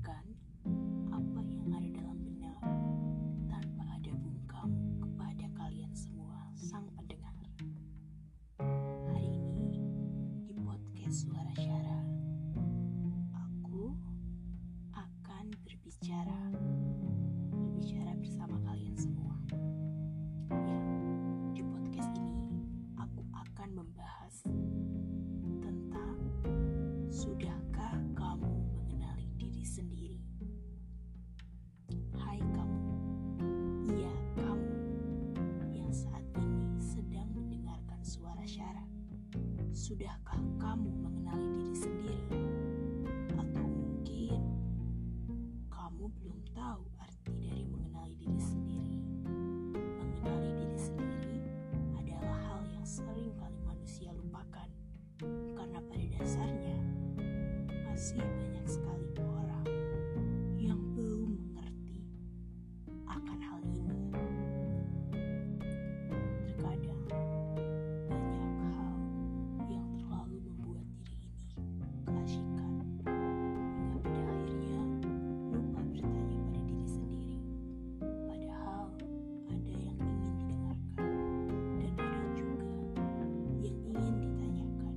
menceritakan apa yang ada dalam benak tanpa ada bungkam kepada kalian semua sang pendengar. Hari ini di podcast Suara Syara, aku akan berbicara bersama kalian semua. Ya, di podcast ini aku akan membahas tentang sudahkah kamu mengenali diri sendiri? Hai kamu, iya kamu yang saat ini sedang mendengarkan Suara Syara. Sudahkah kamu mengenali diri sendiri? Atau mungkin kamu belum tahu arti dari mengenali diri sendiri. Mengenali diri sendiri adalah hal yang sering kali manusia lupakan, karena pada dasarnya masih banyak sekali orang yang belum mengerti akan hal ini. Terkadang banyak hal yang terlalu membuat diri ini keasyikan, hingga pada akhirnya lupa bertanya pada diri sendiri. Padahal ada yang ingin didengarkan dan ada juga yang ingin ditanyakan.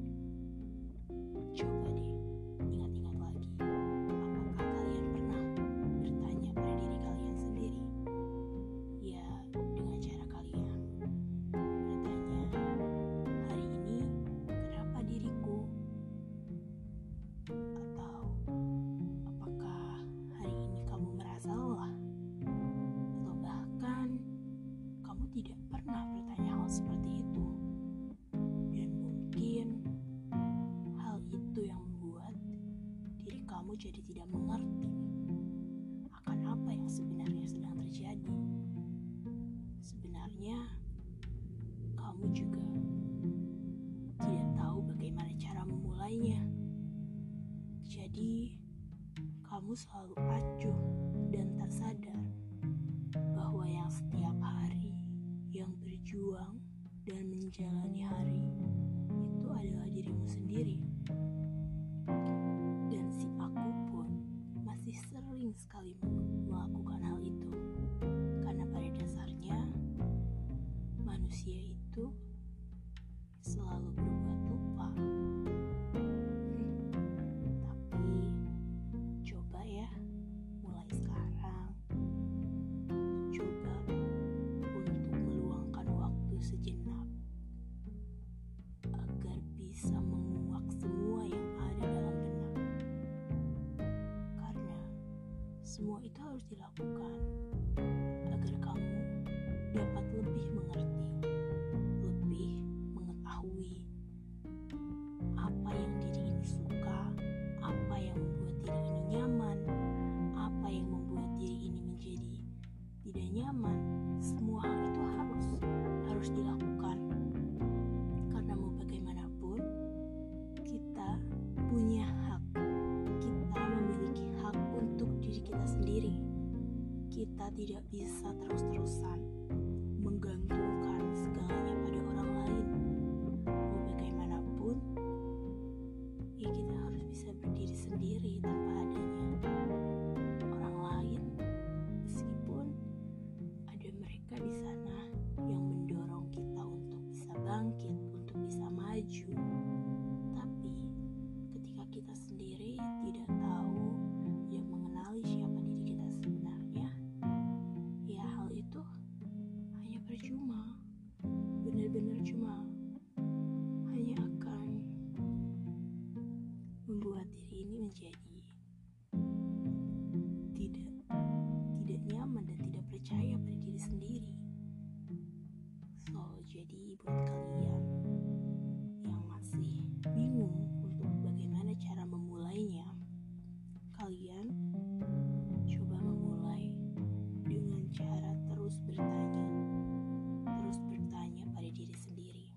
Coba deh ingat-ingat lagi, apakah kalian pernah bertanya pada diri kalian sendiri? Ya, dengan cara kalian bertanya, hari ini kenapa diriku? Atau apakah hari ini kamu merasa lelah? Atau bahkan kamu tidak pernah bertanya hal seperti itu? Dan mungkin hal itu yang membuat diri kamu jadi tidak mengerti akan apa yang sebenarnya sedang terjadi. Sebenarnya kamu juga tidak tahu bagaimana cara memulainya. Jadi kamu selalu acuh dan tak sadar bahwa yang setiap hari yang berjuang dan menjalani hari itu adalah dirimu sendiri. Dan si aku pun masih sering sekali melakukan hal itu, karena pada dasarnya manusia itu selalu berbuat lupa. Tapi coba ya, mulai sekarang coba untuk meluangkan waktu sejenak agar bisa menguak semua yang ada dalam benak. Karena semua itu harus dilakukan agar kamu dapat lebih mengerti, lebih mengetahui apa yang diri ini suka, apa yang membuat diri ini nyaman, apa yang membuat diri ini menjadi tidak nyaman. Semua hal itu harus dilakukan, karena mau bagaimanapun kita punya hak. Kita memiliki hak untuk diri kita sendiri. Kita tidak bisa terus-terusan menggantungkan segalanya pada orang lain. Mau bagaimanapun, ya kita harus bisa berdiri sendiri tanpa adanya orang lain. Meskipun ada mereka di sana yang mendorong kita untuk bisa bangkit, untuk bisa maju. Tapi ketika kita sendiri tidak tahu, tidak mengenali siapa diri kita sebenarnya, ya hal itu hanya percuma. Benar-benar cuma hanya akan membuat diri ini menjadi tidak nyaman dan tidak percaya pada diri sendiri. Jadi buat kalian yang masih bingung untuk bagaimana cara memulainya, kalian coba memulai dengan cara terus bertanya pada diri sendiri.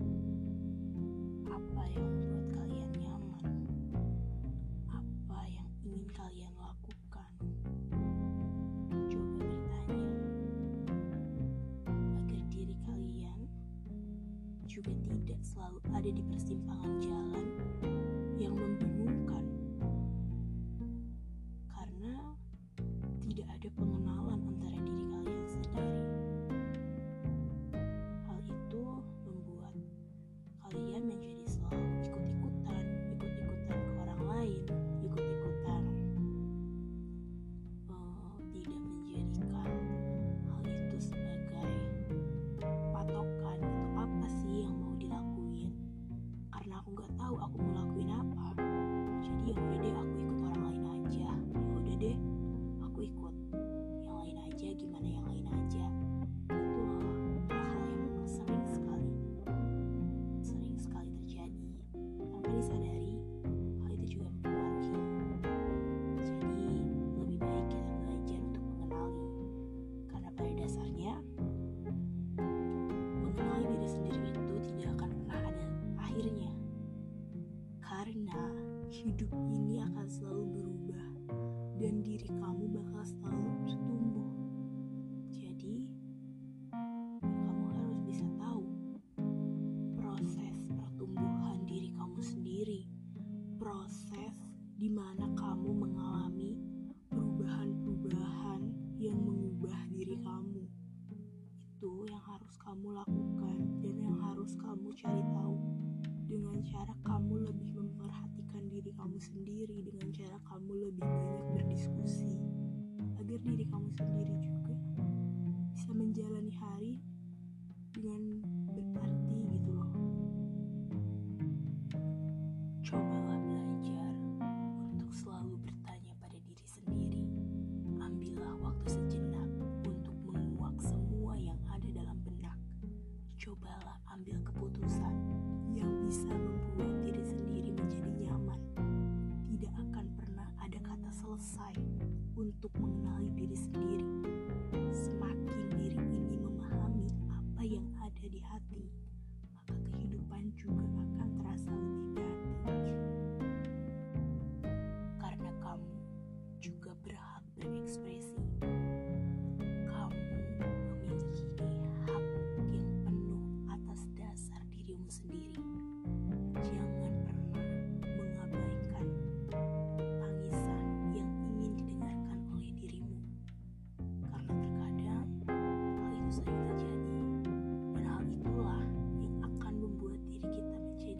Apa yang membuat kalian nyaman? Apa yang ingin kalian lakukan? Coba bertanya agar diri kalian juga tidak selalu ada di persimpangan jalan yang membingungkan. dan diri kamu bakal selalu bertumbuh. Jadi, kamu harus bisa tahu proses pertumbuhan diri kamu sendiri, proses di mana kamu mengalami perubahan-perubahan yang mengubah diri kamu. Itu yang harus kamu lakukan dan yang harus kamu cari tahu dengan cara kamu lebih memperhatikan diri kamu sendiri, dengan cara kamu lebih banyak berdiskusi agar diri kamu sendiri juga bisa menjalani hari dengan berarti gitu loh. Cobalah belajar untuk selalu bertanya pada diri sendiri. Ambillah waktu sejenak untuk menguak semua yang ada dalam benak. Cobalah ambil keputusan yang bisa membuat diri sendiri menjadi nyaman. Tidak akan pernah ada kata selesai untuk mengenali diri sendiri. Semakin diri ini memahami apa yang ada di hati, maka kehidupan juga akan terasa lebih baik. Karena kamu juga berhak berekspresi. Kamu memiliki hak yang penuh atas dasar dirimu sendiri. Jangan pernah mengabaikan tangisan yang ingin didengarkan oleh dirimu. Karena terkadang hal itu sering terjadi, dan hal itulah yang akan membuat diri kita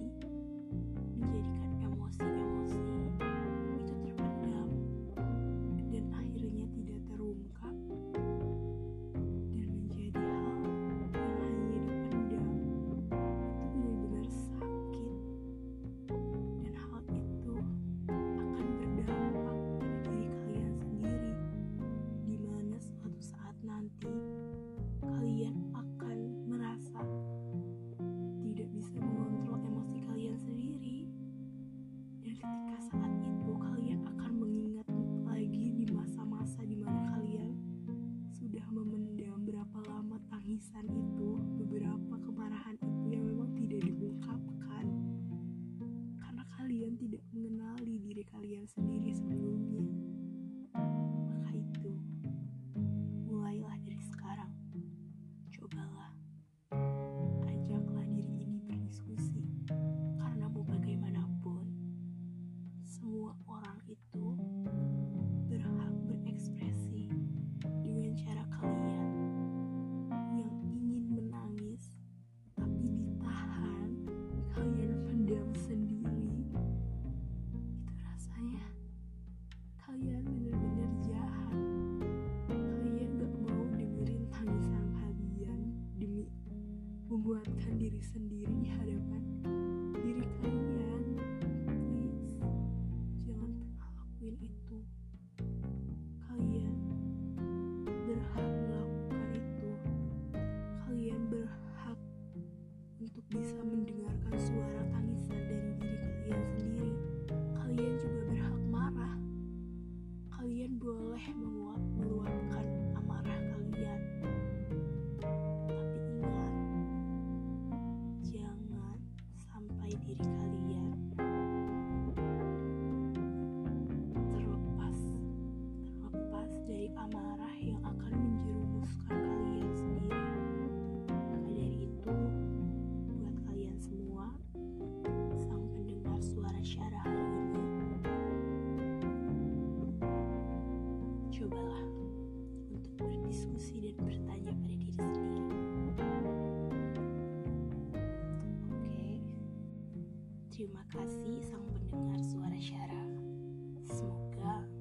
menjadikan emosi-emosi itu terpendam dan akhirnya tidak terungkap dan menjadi hal yang hanya dipendam. Itu benar-benar sakit dan hal itu akan berdampak pada diri kalian sendiri, di mana suatu saat nanti kalian akan merasa tidak bisa mengontrol emosi kalian sendiri. Dan ketika saat itu kalian akan mengingat lagi di masa-masa di mana kalian sudah memendam berapa lama tangisan itu, beberapa kemarahan itu yang memang tidak diungkapkan karena kalian tidak mengenali diri kalian sendiri sebelumnya. Maka itu, mulailah dari sekarang. Cobalah, ajaklah diri ini berdiskusi. Karena mau bagaimanapun, semua orang itu berhak berekspresi dengan cara kalian yang ingin menangis tapi ditahan, kalian pendam sendiri. Itu rasanya kalian benar-benar jahat. Kalian gak mau dengerin tangisan kalian demi menguatkan diri sendiri di hadapan diri kalian. Please, jangan pernah lakuin itu. Kalian berhak melakukan itu. Kalian berhak untuk bisa mendengarkan suara tangisan dari diri kalian sendiri. Kalian juga berhak marah. Kalian boleh meluapkan amarah kalian. Tapi ingat, jangan sampai diri kalian terlepas dari amarah yang akan menjerumuskan kalian sendiri. Maka dari itu, buat kalian semua, sang pendengar suara Syara hari ini, cobalah untuk berdiskusi dan bertanya pada diri sendiri. Oke, terima kasih sang pendengar suara Syara. Semoga